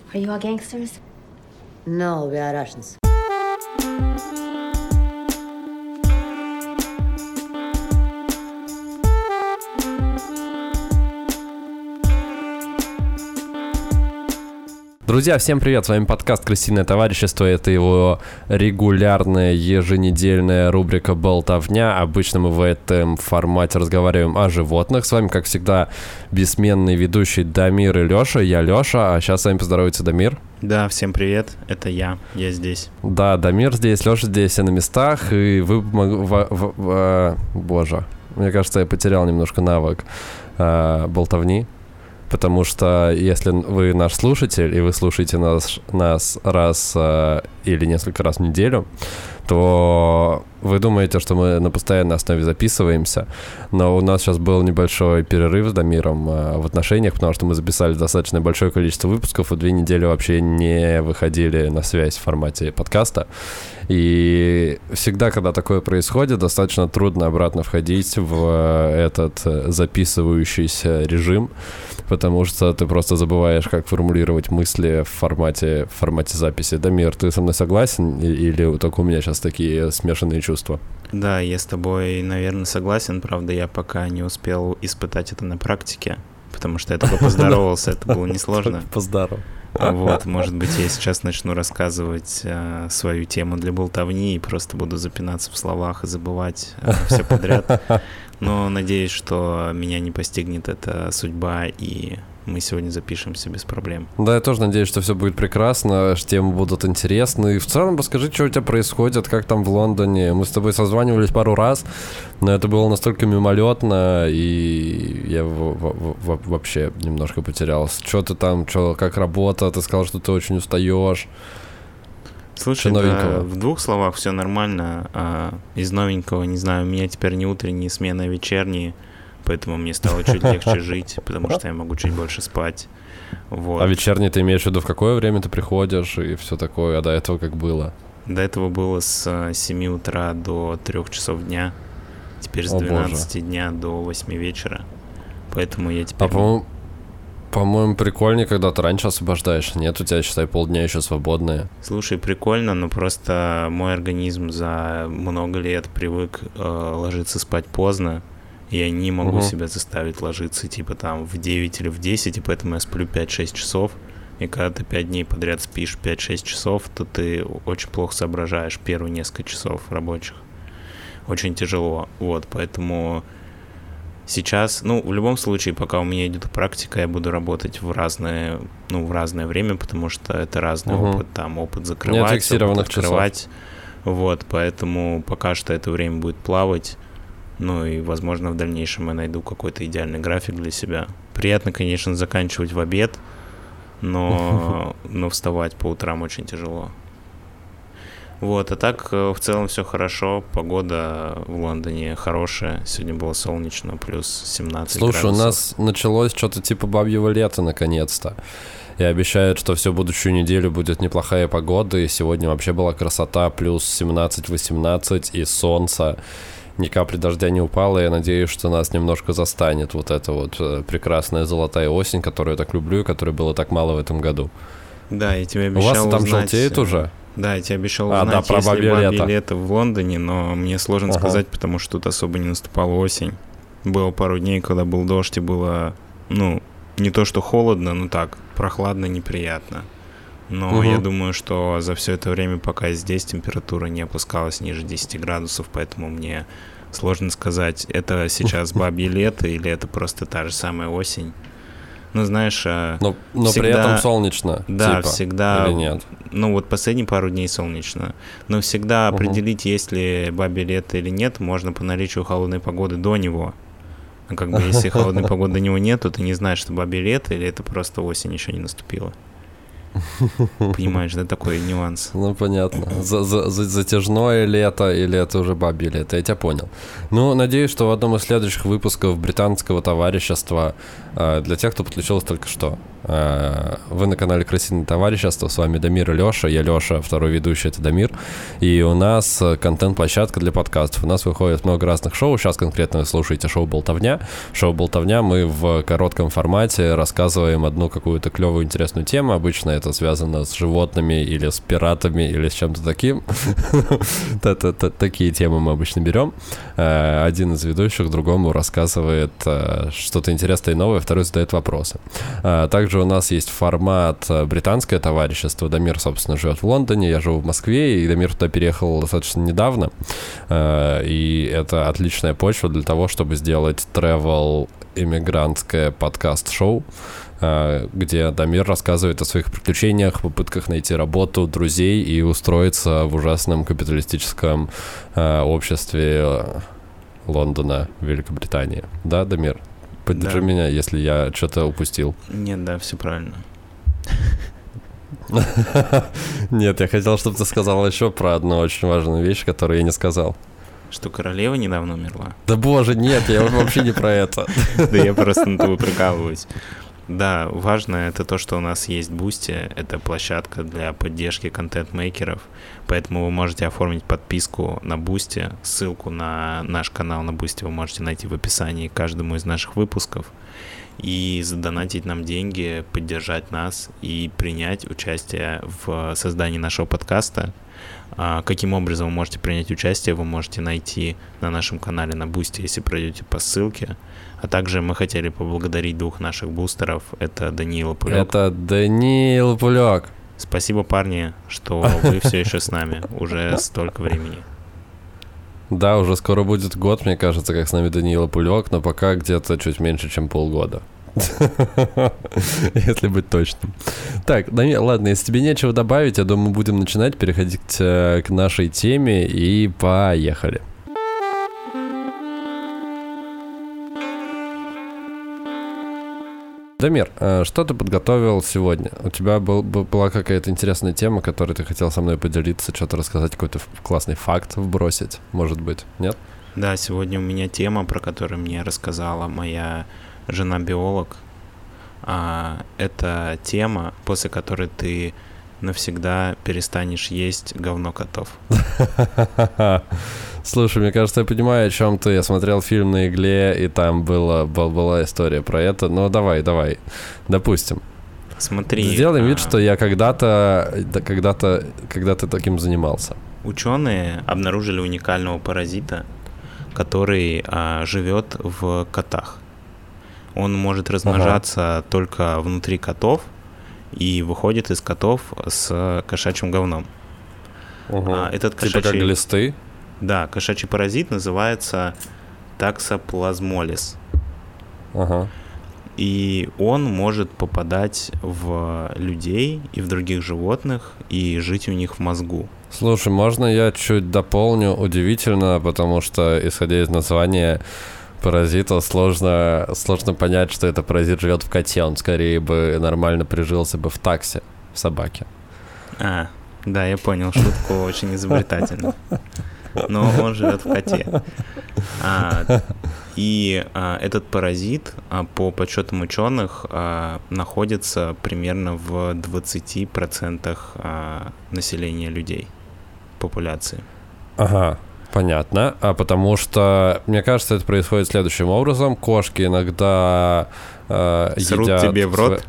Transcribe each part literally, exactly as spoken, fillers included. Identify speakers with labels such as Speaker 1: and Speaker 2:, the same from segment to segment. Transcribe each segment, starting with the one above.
Speaker 1: Are you all gangsters?
Speaker 2: No, we are Russians.
Speaker 3: Друзья, всем привет, с вами подкаст «Крысиное товарищество», это его регулярная еженедельная рубрика «Болтовня». Обычно мы в этом формате разговариваем о животных. С вами, как всегда, бессменный ведущий Дамир и Лёша. Я Лёша, а сейчас с вами поздоровается Дамир.
Speaker 4: Да, всем привет, это я, я здесь.
Speaker 3: Да, Дамир здесь, Лёша здесь, все на местах, и вы... В, в, в, в, боже, мне кажется, я потерял немножко навык э, болтовни. Потому что если вы наш слушатель, и вы слушаете нас, нас раз э, или несколько раз в неделю, то вы думаете, что мы на постоянной основе записываемся. Но у нас сейчас был небольшой перерыв с Дамиром э, в отношениях, потому что мы записали достаточно большое количество выпусков, и две недели вообще не выходили на связь в формате подкаста. И всегда, когда такое происходит, достаточно трудно обратно входить в этот записывающийся режим, потому что ты просто забываешь, как формулировать мысли в формате, в формате записи. Дамир, ты со мной согласен или только у меня сейчас такие смешанные чувства?
Speaker 4: Да, я с тобой, наверное, согласен. Правда, я пока не успел испытать это на практике, потому что я только поздоровался, это было несложно.
Speaker 3: Поздоров.
Speaker 4: Вот, может быть, я сейчас начну рассказывать э, свою тему для болтовни и просто буду запинаться в словах и забывать э, все подряд. Но надеюсь, что меня не постигнет эта судьба, и мы сегодня запишемся без проблем.
Speaker 3: Да, я тоже надеюсь, что все будет прекрасно, что темы будут интересны. И в целом расскажи, что у тебя происходит, как там в Лондоне. Мы с тобой созванивались пару раз, но это было настолько мимолетно, и я в- в- в- вообще немножко потерялся. Что ты там, что, как работа? Ты сказал, что ты очень устаешь.
Speaker 4: Слушай, да, в двух словах все нормально. А из новенького, не знаю, у меня теперь не утренние смены, а вечерние, поэтому мне стало чуть легче жить, потому что я могу чуть больше спать. Вот.
Speaker 3: А вечерний ты имеешь в виду, в какое время ты приходишь и все такое, а до этого как было?
Speaker 4: До этого было с семи утра до трёх часов дня, теперь с
Speaker 3: О,
Speaker 4: двенадцати
Speaker 3: боже.
Speaker 4: дня до восьми вечера, поэтому я теперь...
Speaker 3: А по-моему, по-моему, прикольнее, когда ты раньше освобождаешься. Нет, у тебя, считай, полдня еще свободные.
Speaker 4: Слушай, прикольно, но просто мой организм за много лет привык э, ложиться спать поздно, и я не могу
Speaker 3: Угу.
Speaker 4: себя заставить ложиться типа там в девять или в десять, и поэтому я сплю пять-шесть часов. И когда ты пять дней подряд спишь пять-шесть часов, то ты очень плохо соображаешь первые несколько часов рабочих. Очень тяжело. Вот, поэтому сейчас, ну, в любом случае, пока у меня идет практика, я буду работать в разное, ну, в разное время, потому что это разный
Speaker 3: Угу.
Speaker 4: опыт. Там опыт закрывать, опыт
Speaker 3: фиксированных
Speaker 4: открывать. Вот, поэтому пока что это время будет плавать. Ну и, возможно, в дальнейшем я найду какой-то идеальный график для себя. Приятно, конечно, заканчивать в обед, но, но вставать по утрам очень тяжело. Вот, а так э, в целом все хорошо. Погода в Лондоне хорошая. Сегодня было солнечно, плюс семнадцать
Speaker 3: Слушай,
Speaker 4: градусов.
Speaker 3: у нас началось что-то типа бабьего лета наконец-то. И обещают, что всю будущую неделю будет неплохая погода. И сегодня вообще была красота, плюс семнадцать-восемнадцать и солнце. Ни капли дождя не упало, и я надеюсь, что нас немножко застанет вот эта вот э, прекрасная золотая осень, которую я так люблю, и которой было так мало в этом году.
Speaker 4: Да, я тебе
Speaker 3: У
Speaker 4: обещал
Speaker 3: вас там
Speaker 4: узнать...
Speaker 3: желтеет уже?
Speaker 4: Да, я тебе обещал
Speaker 3: А,
Speaker 4: узнать,
Speaker 3: да, про
Speaker 4: есть ли
Speaker 3: бабье
Speaker 4: бабье
Speaker 3: лето.
Speaker 4: лето в Лондоне, но мне сложно
Speaker 3: Ага.
Speaker 4: сказать, потому что тут особо не наступала осень. Было пару дней, когда был дождь, и было, ну, не то что холодно, но так, прохладно, неприятно. Но
Speaker 3: Угу.
Speaker 4: я думаю, что за все это время, пока я здесь, температура не опускалась ниже десяти градусов, поэтому мне сложно сказать, это сейчас бабье лето или это просто та же самая осень. Ну, знаешь...
Speaker 3: Но, но
Speaker 4: всегда,
Speaker 3: при этом солнечно,
Speaker 4: да,
Speaker 3: типа,
Speaker 4: всегда...
Speaker 3: или нет?
Speaker 4: Ну, вот последние пару дней солнечно. Но всегда
Speaker 3: Угу.
Speaker 4: определить, есть ли бабье лето или нет, можно по наличию холодной погоды до него. А как бы если холодной погоды до него нет, то ты не знаешь, что бабье лето или это просто осень еще не наступила. Понимаешь, да, такой нюанс.
Speaker 3: Ну, понятно. За- за- за- Затяжное лето или это уже бабье лето, я тебя понял. Ну, надеюсь, что в одном из следующих выпусков британского товарищества, э, для тех, кто подключился только что, Вы на канале «Крысиное товарищество», с вами Дамир и Леша, я Леша, второй ведущий — это Дамир, и у нас контент-площадка для подкастов. У нас выходит много разных шоу, сейчас конкретно вы слушаете шоу «Болтовня». Шоу «Болтовня» мы в коротком формате рассказываем одну какую-то клевую, интересную тему, обычно это связано с животными или с пиратами или с чем-то таким. Такие темы мы обычно берем. Один из ведущих другому рассказывает что-то интересное и новое, второй задает вопросы. Также у нас есть формат «Британское товарищество». Дамир, собственно, живет в Лондоне, я живу в Москве, и Дамир туда переехал достаточно недавно. И это отличная почва для того, чтобы сделать travel-иммигрантское подкаст-шоу, где Дамир рассказывает о своих приключениях, попытках найти работу, друзей и устроиться в ужасном капиталистическом обществе Лондона, Великобритании. Да, Дамир? Поддержи да. меня, если я что-то упустил.
Speaker 4: Нет, да, все правильно.
Speaker 3: Нет, я хотел, чтобы ты сказал еще про одну очень важную вещь, которую я не сказал.
Speaker 4: Что королева недавно умерла?
Speaker 3: Да боже, нет, я вообще не про это.
Speaker 4: Да я просто на тобой прикалываюсь. Да, важно это то, что у нас есть Boosty, это площадка для поддержки контент-мейкеров, поэтому вы можете оформить подписку на Boosty, ссылку на наш канал на Boosty вы можете найти в описании к каждому из наших выпусков, и задонатить нам деньги, поддержать нас и принять участие в создании нашего подкаста. Каким образом вы можете принять участие, вы можете найти на нашем канале на Boosty, если пройдете по ссылке. А также мы хотели поблагодарить двух наших бустеров. Это Даниил и Пулек.
Speaker 3: Это Даниил и Пулек.
Speaker 4: Спасибо, парни, что вы все еще с нами уже столько времени.
Speaker 3: Да, уже скоро будет год, мне кажется, как с нами Даниил и Пулек, но пока где-то чуть меньше, чем полгода. Если быть точным. Так, ладно, если тебе нечего добавить, я думаю, мы будем начинать, переходить к нашей теме, и поехали. Дамир, что ты подготовил сегодня? У тебя был, была какая-то интересная тема, которой ты хотел со мной поделиться, что-то рассказать, какой-то классный факт вбросить, может быть, нет?
Speaker 4: Да, сегодня у меня тема, про которую мне рассказала моя жена-биолог. А, это тема, после которой ты навсегда перестанешь есть говно котов.
Speaker 3: Слушай, мне кажется, я понимаю, о чем ты. Я смотрел фильм «На игле», и там была, была история про это. Ну, давай, давай, допустим.
Speaker 4: Смотри.
Speaker 3: Сделаем а... вид, что я когда-то, когда-то, когда-то таким занимался.
Speaker 4: Ученые обнаружили уникального паразита, который а, живет в котах. Он может размножаться ага. только внутри котов и выходит из котов с кошачьим говном.
Speaker 3: Угу.
Speaker 4: А, этот
Speaker 3: типа
Speaker 4: кошачий...
Speaker 3: как глисты?
Speaker 4: Да, кошачий паразит называется таксоплазмолис.
Speaker 3: Ага.
Speaker 4: И он может попадать в людей и в других животных и жить у них в мозгу.
Speaker 3: Слушай, можно я чуть дополню? Удивительно, потому что, исходя из названия паразита, сложно, сложно понять, что этот паразит живет в коте. Он скорее бы нормально прижился бы в таксе, в собаке.
Speaker 4: А, да, я понял, шутку очень изобретательно. Но он живет в коте. А, и а, этот паразит, а, по подсчетам ученых, а, находится примерно в двадцати процентах а, населения людей, популяции.
Speaker 3: Ага, понятно. А потому что, мне кажется, это происходит следующим образом. Кошки иногда э,
Speaker 4: Срут
Speaker 3: едят...
Speaker 4: тебе в рот?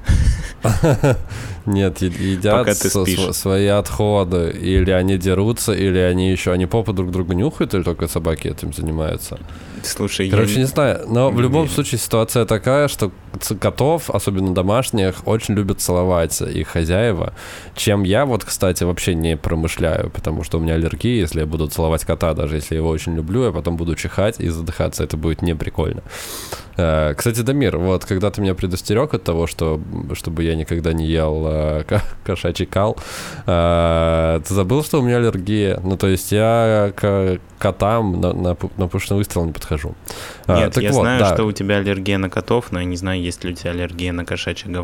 Speaker 3: Нет, едят свои отходы. Или они дерутся, или они еще... Они попу друг друга нюхают, или только собаки этим занимаются?
Speaker 4: Слушай,
Speaker 3: Короче,
Speaker 4: я...
Speaker 3: не знаю, но в любом случае ситуация такая, что котов, особенно домашних, очень любят целовать их хозяева, чем я вот, кстати, вообще не промышляю, потому что у меня аллергия, если я буду целовать кота, даже если я его очень люблю, я потом буду чихать и задыхаться, это будет не прикольно. Кстати, Дамир, вот когда ты меня предостерег от того, что, чтобы я никогда не ел э, кошачий кал, э, ты забыл, что у меня аллергия? Ну, то есть я к котам на, на, на пушечный выстрел не подхожу.
Speaker 4: Нет,
Speaker 3: а, так
Speaker 4: я
Speaker 3: вот,
Speaker 4: знаю,
Speaker 3: да.
Speaker 4: что у тебя аллергия на котов, но я не знаю, есть ли у тебя аллергия на кошачье говно.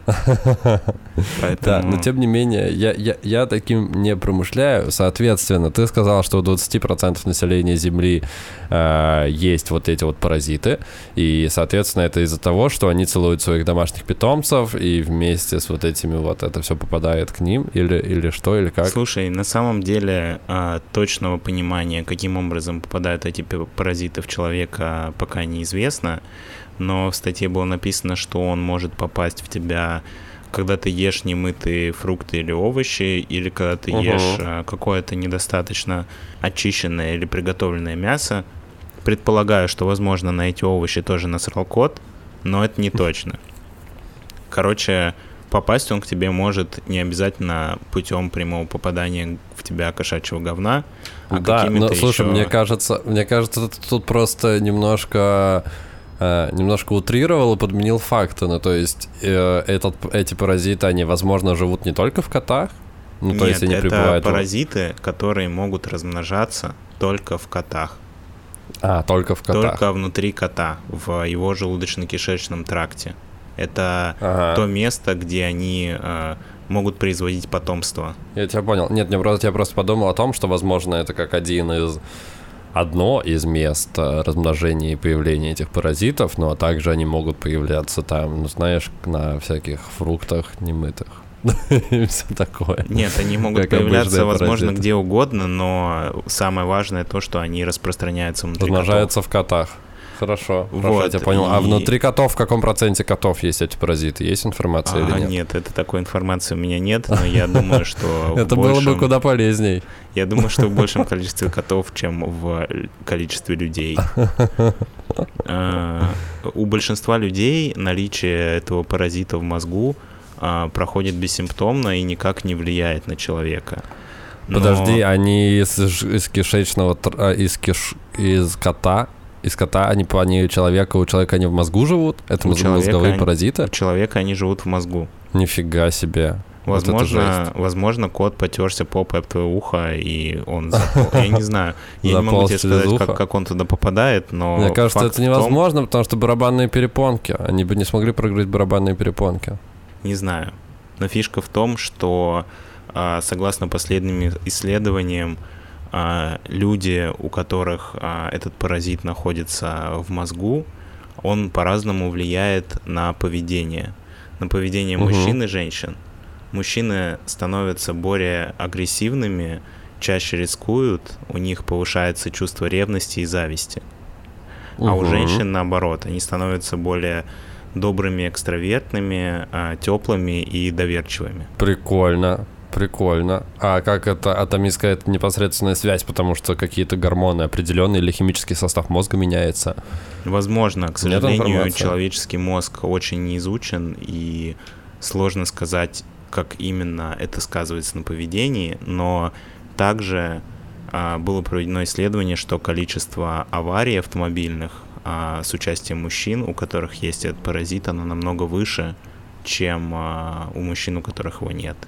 Speaker 4: Поэтому...
Speaker 3: Да, но тем не менее, я, я, я таким не промышляю. Соответственно, ты сказал, что у двадцати процентов населения Земли э, есть вот эти вот паразиты, и, соответственно, это из-за того, что они целуют своих домашних питомцев, и вместе с вот этими вот это все попадает к ним, или, или что, или как?
Speaker 4: Слушай, на самом деле э, точного понимания, каким образом попадают эти паразиты в человека, пока неизвестно. Но в статье было написано, что он может попасть в тебя, когда ты ешь немытые фрукты или овощи, или когда ты
Speaker 3: угу.
Speaker 4: ешь а, какое-то недостаточно очищенное или приготовленное мясо. Предполагаю, что, возможно, на эти овощи тоже насрал кот, но это не точно. Короче, попасть он к тебе может не обязательно путем прямого попадания в тебя кошачьего говна, а
Speaker 3: да,
Speaker 4: какими-то
Speaker 3: но, слушай,
Speaker 4: еще...
Speaker 3: мне кажется, мне кажется, тут, тут просто немножко... немножко утрировал и подменил факты. Ну, то есть э, этот, эти паразиты, они, возможно, живут не только в котах? Ну, то
Speaker 4: Нет,
Speaker 3: есть они
Speaker 4: это
Speaker 3: пребывают...
Speaker 4: паразиты, которые могут размножаться только в котах.
Speaker 3: А, только в котах.
Speaker 4: Только внутри кота, в его желудочно-кишечном тракте. Это
Speaker 3: ага.
Speaker 4: то место, где они э, могут производить потомство.
Speaker 3: Я тебя понял. Нет, я просто, я просто подумал о том, что, возможно, это как один из... одно из мест размножения и появления этих паразитов, ну а также они могут появляться там, ну знаешь, на всяких фруктах немытых и все такое.
Speaker 4: Нет, они могут появляться, возможно, где угодно, но самое важное то, что они распространяются внутри котов.
Speaker 3: Размножаются в котах. Хорошо,
Speaker 4: вот,
Speaker 3: хорошо, я тебя понял.
Speaker 4: И...
Speaker 3: А внутри котов в каком проценте котов есть эти паразиты? Есть информация
Speaker 4: а,
Speaker 3: или нет?
Speaker 4: Нет, это такой информации у меня нет, но я думаю, что
Speaker 3: это было бы куда полезней.
Speaker 4: Я думаю, что в большем количестве котов, чем в количестве людей. У большинства людей наличие этого паразита в мозгу проходит бессимптомно и никак не влияет на человека.
Speaker 3: Подожди, они из кишечного, из киш, из кота... Из кота они, они у человека, у человека они в мозгу живут? Это у мозговые
Speaker 4: они,
Speaker 3: паразиты?
Speaker 4: У человека они живут в мозгу.
Speaker 3: Нифига себе.
Speaker 4: Возможно, вот возможно, кот потерся попой об твое ухо, и он запол... Я не знаю. Я не могу тебе сказать, как, как он туда попадает, но...
Speaker 3: Мне кажется, это невозможно,
Speaker 4: том...
Speaker 3: потому что барабанные перепонки. Они бы не смогли прогрызть барабанные перепонки.
Speaker 4: Не знаю. Но фишка в том, что, согласно последним исследованиям, люди, у которых этот паразит находится в мозгу, он по-разному влияет на поведение. На поведение угу. мужчин и женщин. Мужчины становятся более агрессивными, чаще рискуют, у них повышается чувство ревности и зависти. Угу. А у женщин наоборот, они становятся более добрыми, экстравертными, теплыми и доверчивыми.
Speaker 3: Прикольно. Прикольно. А как это, а там есть какая-то непосредственная связь, потому что какие-то гормоны определенные или химический состав мозга меняется?
Speaker 4: Возможно. К сожалению, человеческий мозг очень не изучен, и сложно сказать, как именно это сказывается на поведении, но также а, было проведено исследование, что количество аварий автомобильных а, с участием мужчин, у которых есть этот паразит, оно намного выше, чем а, у мужчин, у которых его нет.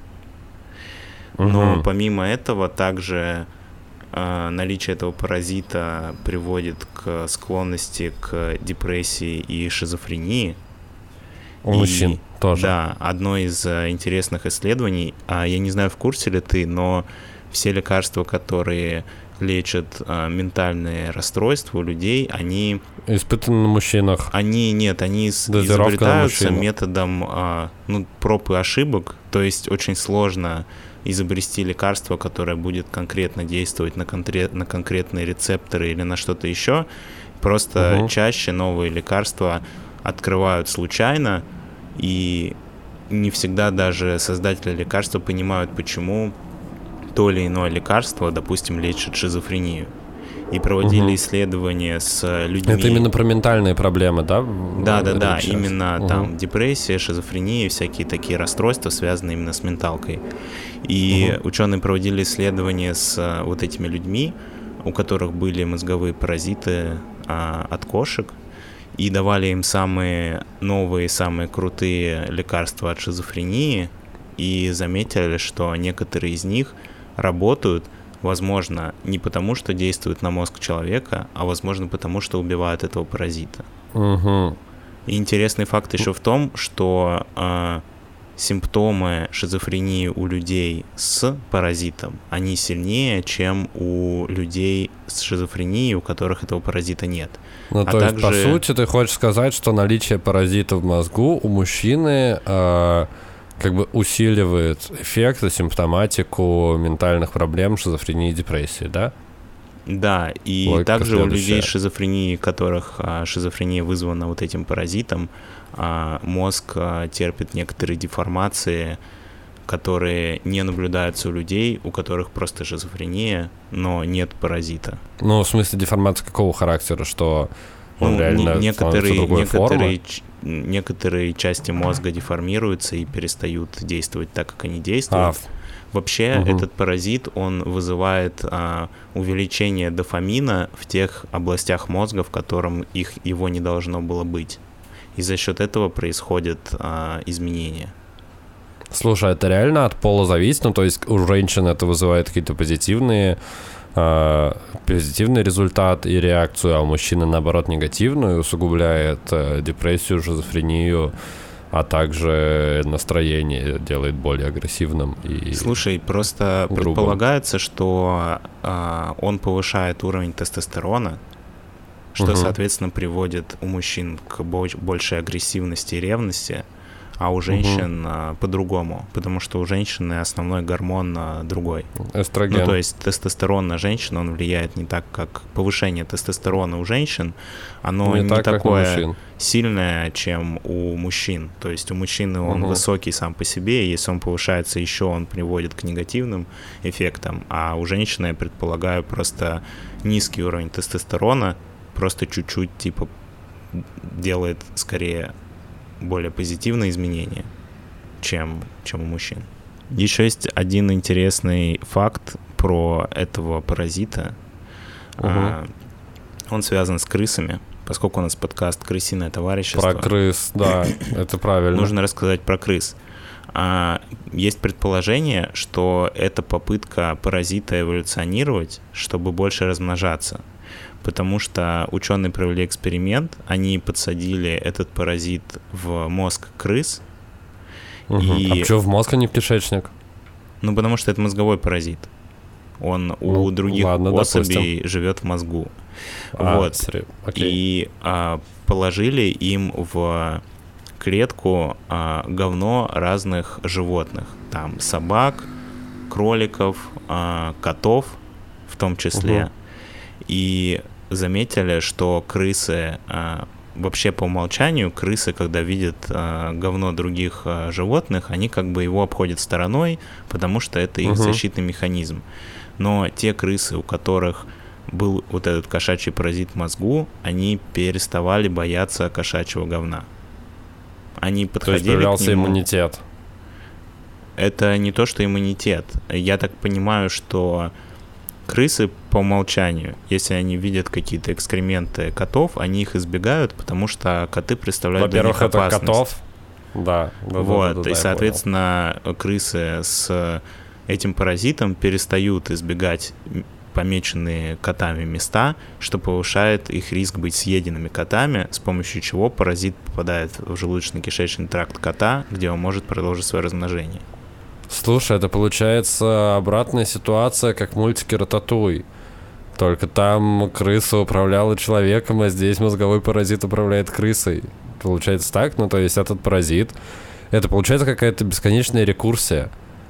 Speaker 4: Но угу. помимо этого также э, наличие этого паразита приводит к склонности к депрессии и шизофрении.
Speaker 3: У и, мужчин тоже.
Speaker 4: Да, одно из э, интересных исследований, а я не знаю, в курсе ли ты, но все лекарства, которые лечат э, ментальные расстройства у людей, они...
Speaker 3: Испытаны на мужчинах.
Speaker 4: Они, нет, они изобретаются методом э, ну, проб и ошибок, то есть очень сложно изобрести лекарство, которое будет конкретно действовать на, конкрет, на конкретные рецепторы или на что-то еще. Просто угу. чаще новые лекарства открывают случайно, и не всегда даже создатели лекарства понимают, почему то или иное лекарство, допустим, лечит шизофрению. И проводили угу. исследования с людьми...
Speaker 3: Это именно про ментальные проблемы, да?
Speaker 4: Да-да-да, именно угу. там депрессия, шизофрения, всякие такие расстройства, связанные именно с менталкой. И угу. ученые проводили исследования с вот этими людьми, у которых были мозговые паразиты а, от кошек, и давали им самые новые, самые крутые лекарства от шизофрении, и заметили, что некоторые из них работают, возможно, не потому, что действуют на мозг человека, а возможно, потому, что убивают этого паразита.
Speaker 3: Угу.
Speaker 4: И интересный факт еще в том, что э, симптомы шизофрении у людей с паразитом, они сильнее, чем у людей с шизофренией, у которых этого паразита нет.
Speaker 3: Ну,
Speaker 4: а
Speaker 3: то
Speaker 4: также...
Speaker 3: есть, по сути, ты хочешь сказать, что наличие паразита в мозгу у мужчины э, как бы усиливает эффект и симптоматику ментальных проблем, шизофрении и депрессии, да?
Speaker 4: Да, и
Speaker 3: Логика
Speaker 4: также у людей
Speaker 3: следующая.
Speaker 4: с шизофренией, которых а, шизофрения вызвана вот этим паразитом, а, мозг а, терпит некоторые деформации, которые не наблюдаются у людей, у которых просто шизофрения, но нет паразита.
Speaker 3: Ну, в смысле, деформация какого характера, что он
Speaker 4: Ну,
Speaker 3: реально
Speaker 4: не- некоторые,
Speaker 3: другой
Speaker 4: некоторые,
Speaker 3: формы?
Speaker 4: ч- некоторые части мозга деформируются и перестают действовать так, как они действуют.
Speaker 3: А,
Speaker 4: Вообще
Speaker 3: Мгм.
Speaker 4: этот паразит, он вызывает а, увеличение дофамина в тех областях мозга, в котором их, его не должно было быть. И за счет этого происходят а, изменения.
Speaker 3: Слушай, это реально от пола зависит? Ну, то есть у женщин это вызывает какие-то позитивные, э, позитивный результат и реакцию, а у мужчины, наоборот, негативную, усугубляет э, депрессию, шизофрению, а также настроение делает более агрессивным. И...
Speaker 4: Слушай, просто
Speaker 3: грубым.
Speaker 4: предполагается, что а, он повышает уровень тестостерона, что,
Speaker 3: Мгм.
Speaker 4: соответственно, приводит у мужчин к бо- большей агрессивности и ревности, а у женщин а, по-другому, потому что у женщины основной гормон а, другой.
Speaker 3: Эстроген.
Speaker 4: Ну, то есть тестостерон на женщин, он влияет не так, как повышение тестостерона у женщин, оно не,
Speaker 3: не так, как у
Speaker 4: такое
Speaker 3: мужчин.
Speaker 4: сильное, чем у мужчин. То есть у мужчины он
Speaker 3: Мгм.
Speaker 4: высокий сам по себе, и если он повышается еще, он приводит к негативным эффектам, а у женщины, я предполагаю, просто низкий уровень тестостерона, просто чуть-чуть, типа, делает скорее более позитивные изменения, чем, чем у мужчин. Еще есть один интересный факт про этого паразита.
Speaker 3: Угу.
Speaker 4: А, он связан с крысами, поскольку у нас подкаст «Крысиное товарищество».
Speaker 3: Про крыс, да, это правильно.
Speaker 4: Нужно рассказать про крыс. А, есть предположение, что это попытка паразита эволюционировать, чтобы больше размножаться. Потому что ученые провели эксперимент, они подсадили этот паразит в мозг крыс.
Speaker 3: Мгм.
Speaker 4: И...
Speaker 3: А почему в мозг, а не в кишечник?
Speaker 4: Ну, потому что это мозговой паразит. Он
Speaker 3: Ну,
Speaker 4: у других
Speaker 3: ладно,
Speaker 4: особей живет в мозгу.
Speaker 3: А,
Speaker 4: Вот.
Speaker 3: сори, окей.
Speaker 4: И а, положили им в клетку а, говно разных животных. Там собак, кроликов, а, котов в том числе.
Speaker 3: Мгм.
Speaker 4: И заметили, что крысы, а, вообще по умолчанию, крысы, когда видят а, говно других а, животных, они как бы его обходят стороной, потому что это их
Speaker 3: Мгм.
Speaker 4: защитный механизм. Но те крысы, у которых был вот этот кошачий паразит в мозгу, они переставали бояться кошачьего говна. Они
Speaker 3: То есть
Speaker 4: подходили
Speaker 3: появлялся
Speaker 4: к нему.
Speaker 3: иммунитет.
Speaker 4: Это не то, что иммунитет. Я так понимаю, что крысы по умолчанию, если они видят какие-то экскременты котов, они их избегают, потому что коты представляют для них
Speaker 3: Во-первых, это
Speaker 4: опасность.
Speaker 3: котов. Да. да,
Speaker 4: Вот,
Speaker 3: да, да, да,
Speaker 4: и,
Speaker 3: я
Speaker 4: соответственно, крысы с этим паразитом перестают избегать м- помеченные котами места, что повышает их риск быть съеденными котами, с помощью чего паразит попадает в желудочно-кишечный тракт кота, где он может продолжить свое размножение.
Speaker 3: понял. Слушай, это получается обратная ситуация, как в мультике «Рататуй». Только там крыса управляла человеком, а здесь мозговой паразит управляет крысой. Получается так? Ну, то есть этот паразит... Это получается какая-то бесконечная рекурсия.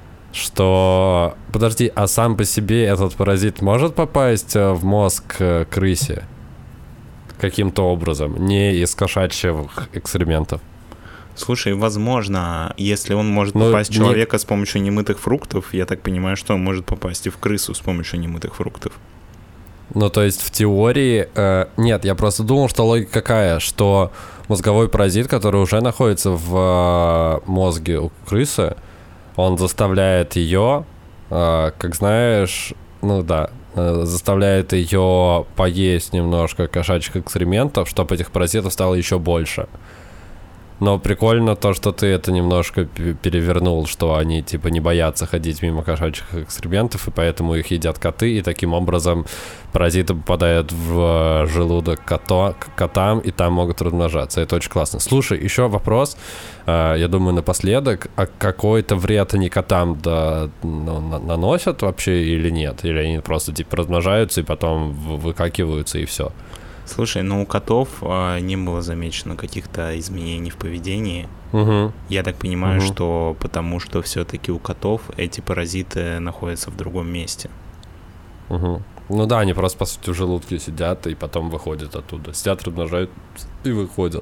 Speaker 3: Что... Подожди, а сам по себе этот паразит может попасть э, в мозг э, крысе? Каким-то образом, не из кошачьих экскрементов.
Speaker 4: Слушай, возможно, если он может
Speaker 3: Ну,
Speaker 4: попасть в
Speaker 3: не-
Speaker 4: человека с помощью немытых фруктов, я так понимаю, что он может попасть и в крысу с помощью немытых фруктов.
Speaker 3: Ну, то есть в теории... э, нет, я просто думал, что логика какая, что мозговой паразит, который уже находится в э, мозге у крысы, он заставляет ее, э, как знаешь, ну да, э, заставляет ее поесть немножко кошачьих экскрементов, чтобы этих паразитов стало еще больше. Но прикольно то, что ты это немножко перевернул, что они типа не боятся ходить мимо кошачьих экскрементов, и поэтому их едят коты, и таким образом паразиты попадают в желудок кото, к котам, и там могут размножаться. Это очень классно. Слушай, еще вопрос, я думаю, напоследок, а какой-то вред они котам да, ну, наносят вообще или нет? Или они просто типа размножаются и потом выкакиваются и все?
Speaker 4: Слушай, ну у котов а, не было замечено каких-то изменений в поведении.
Speaker 3: Угу.
Speaker 4: Я так понимаю,
Speaker 3: угу.
Speaker 4: что потому что все-таки у котов эти паразиты находятся в другом месте.
Speaker 3: Угу. Ну да, они просто, по сути, в желудке сидят и потом выходят оттуда. Сидят, размножают и выходят.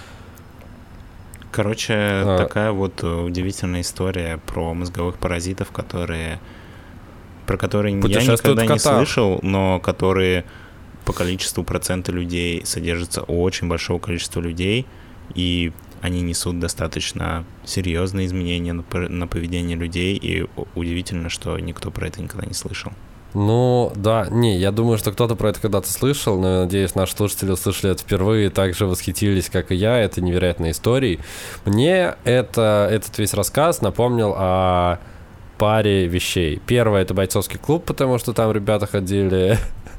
Speaker 4: Короче,
Speaker 3: а...
Speaker 4: такая вот удивительная история про мозговых паразитов, которые про которые я никогда не слышал, но которые по количеству процента людей содержится у очень большого количества людей, и они несут достаточно серьезные изменения на, на поведение людей, и удивительно, что никто про это никогда не слышал.
Speaker 3: Ну, да, не, я думаю, что кто-то про это когда-то слышал, но, надеюсь, наши слушатели услышали это впервые и так же восхитились, как и я, этой невероятной историей. Мне это, этот весь рассказ напомнил о паре вещей. Первое — это бойцовский клуб, потому что там ребята ходили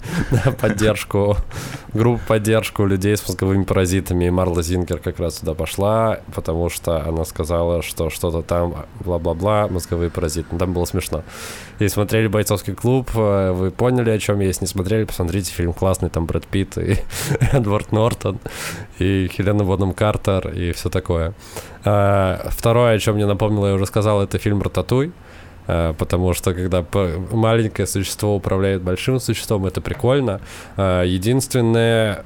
Speaker 3: на поддержку, группу поддержку людей с мозговыми паразитами, и Марла Зингер как раз туда пошла, потому что она сказала, что что-то там бла-бла-бла, мозговые паразиты. Ну, там было смешно. И смотрели бойцовский клуб, вы поняли, о чем я, если не смотрели, посмотрите, фильм классный, там Брэд Питт и Эдвард Нортон, и Хелена Бонем Картер, и все такое. Второе, о чем мне напомнило, я уже сказал, это фильм «Рататуй», потому что когда маленькое существо управляет большим существом, это прикольно. Единственное,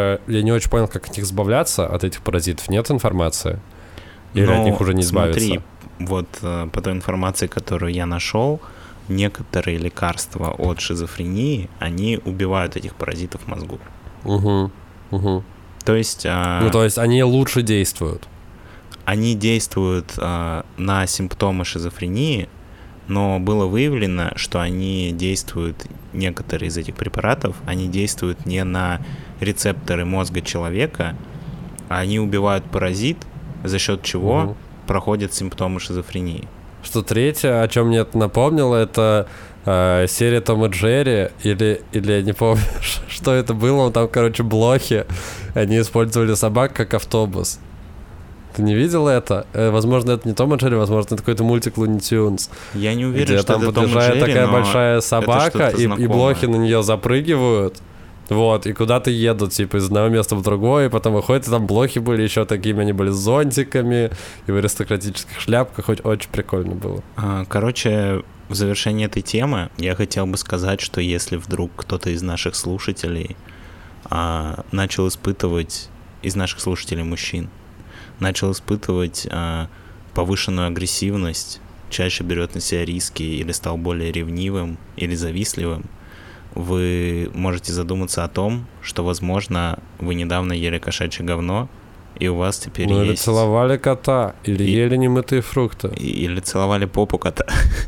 Speaker 3: я не очень понял, как от них избавляться, от этих паразитов. Нет информации? Или
Speaker 4: Но
Speaker 3: от них уже не избавиться?
Speaker 4: Смотри, вот по той информации, которую я нашел, некоторые лекарства от шизофрении, они убивают этих паразитов в мозгу.
Speaker 3: Угу, угу.
Speaker 4: То есть...
Speaker 3: Ну, то есть они лучше действуют?
Speaker 4: Они действуют а, на симптомы шизофрении, но было выявлено, что они действуют, некоторые из этих препаратов, они действуют не на рецепторы мозга человека, а они убивают паразит, за счет чего угу. проходят симптомы шизофрении.
Speaker 3: Что третье, о чем мне это напомнило, это э, серия Том и Джерри, или, или я не помню, что это было, там, короче, блохи, они использовали собак как автобус. Ты не видел это? Возможно, это не Том и Джерри, возможно, это какой-то мультик Looney Tunes.
Speaker 4: Я не уверен,
Speaker 3: где
Speaker 4: что
Speaker 3: там
Speaker 4: это Том и
Speaker 3: подъезжает
Speaker 4: Джерри,
Speaker 3: такая
Speaker 4: но
Speaker 3: большая собака, и, и блохи на нее запрыгивают. Вот, и куда-то едут, типа, из одного места в другое, и потом выходят, и там блохи были еще такими, они были с зонтиками, и в аристократических шляпках, хоть очень прикольно было.
Speaker 4: Короче, в завершении этой темы я хотел бы сказать, что если вдруг кто-то из наших слушателей а, начал испытывать, из наших слушателей мужчин, начал испытывать а, повышенную агрессивность, чаще берет на себя риски или стал более ревнивым или завистливым, вы можете задуматься о том, что, возможно, вы недавно ели кошачье говно, и у вас теперь
Speaker 3: ну,
Speaker 4: есть...
Speaker 3: или целовали кота, или и... ели немытые фрукты.
Speaker 4: Или целовали попу кота.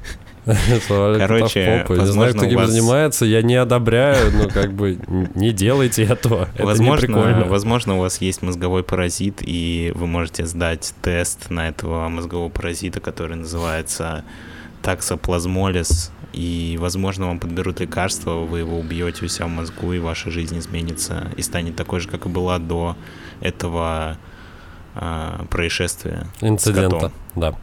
Speaker 3: Короче, не знаю, кто этим занимается, я не одобряю, но как бы не делайте этого, это не прикольно.
Speaker 4: Возможно, у вас есть мозговой паразит, и вы можете сдать тест на этого мозгового паразита, который называется токсоплазмолиз, и, возможно, вам подберут лекарство, вы его убьете у себя в мозгу, и ваша жизнь изменится, и станет такой же, как и была до этого а, происшествия.
Speaker 3: Инцидента, да.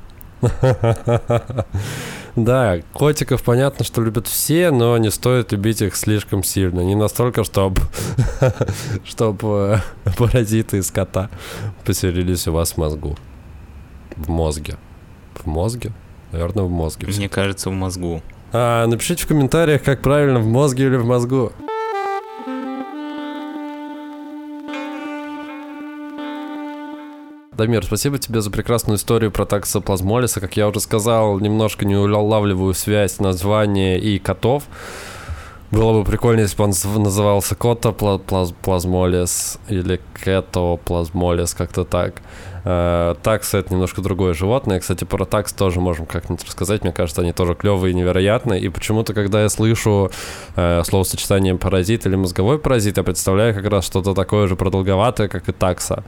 Speaker 3: Да, котиков понятно, что любят все, но не стоит любить их слишком сильно. Не настолько, чтобы чтобы паразиты из кота поселились у вас в мозгу. В мозге. В мозге? Наверное, в мозге.
Speaker 4: Мне кажется, в мозгу.
Speaker 3: А, напишите в комментариях, как правильно, в мозге или в мозгу. Дамир, спасибо тебе за прекрасную историю про токсоплазмолиса. Как я уже сказал, немножко не улавливаю связь названия и котов. Было бы прикольно, если бы он назывался котоплазмолис или кетоплазмолис, как-то так. Таксы — это немножко другое животное. Кстати, про такс тоже можем как-нибудь рассказать. Мне кажется, они тоже клевые и невероятные. И почему-то, когда я слышу э, словосочетание паразит или мозговой паразит, я представляю как раз что-то такое же продолговатое, как и такса.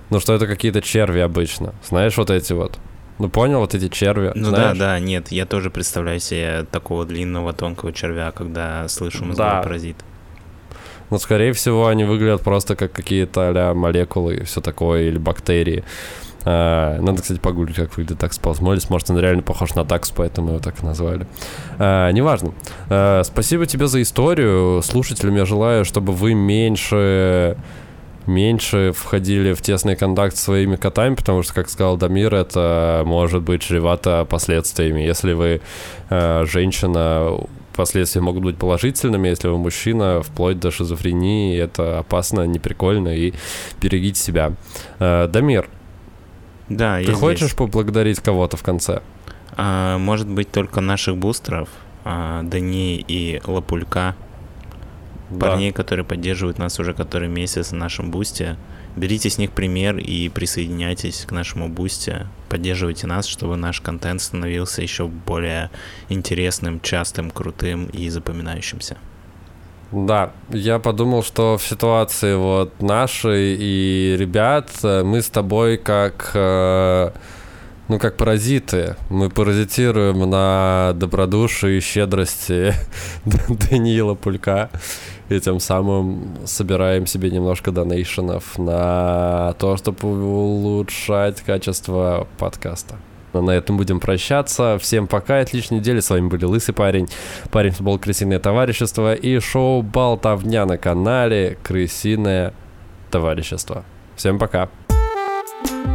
Speaker 3: Ну, что это какие-то черви обычно. Знаешь, вот эти вот. Ну, понял, вот эти черви.
Speaker 4: Ну
Speaker 3: знаешь?
Speaker 4: да, да, нет, я тоже представляю себе такого длинного, тонкого червя, когда слышу мозговой
Speaker 3: Да.
Speaker 4: паразит.
Speaker 3: Но, скорее всего, они выглядят просто как какие-то а-ля молекулы и все такое, или бактерии. А, надо, кстати, погуглить, как выглядит таксоплазмолис. Может, он реально похож на такс, поэтому его так и назвали. А, неважно. А, спасибо тебе за историю. Слушателям я желаю, чтобы вы меньше... меньше входили в тесный контакт с своими котами, потому что, как сказал Дамир, это может быть чревато последствиями. Если вы э, женщина, последствия могут быть положительными, если вы мужчина, вплоть до шизофрении, это опасно, неприкольно, и берегите себя. Э, Дамир,
Speaker 4: Да,
Speaker 3: ты
Speaker 4: я
Speaker 3: хочешь
Speaker 4: здесь.
Speaker 3: поблагодарить кого-то в конце?
Speaker 4: А, может быть, только наших бустеров, а, Дани и Лапулька, парней, которые поддерживают нас уже который месяц на нашем бусте. Берите с них пример и присоединяйтесь к нашему бусте. Поддерживайте нас, чтобы наш контент становился еще более интересным, частым, крутым и запоминающимся.
Speaker 3: Да, я подумал, что в ситуации вот нашей и ребят мы с тобой как, э, ну, как паразиты. Мы паразитируем на добродушии и щедрости Даниила Пулька. И тем самым собираем себе немножко донейшенов на то, чтобы улучшать качество подкаста. На этом будем прощаться. Всем пока, отличной недели. С вами были Лысый парень, парень футбол Крысиное товарищество и шоу Болтовня на канале Крысиное товарищество. Всем пока.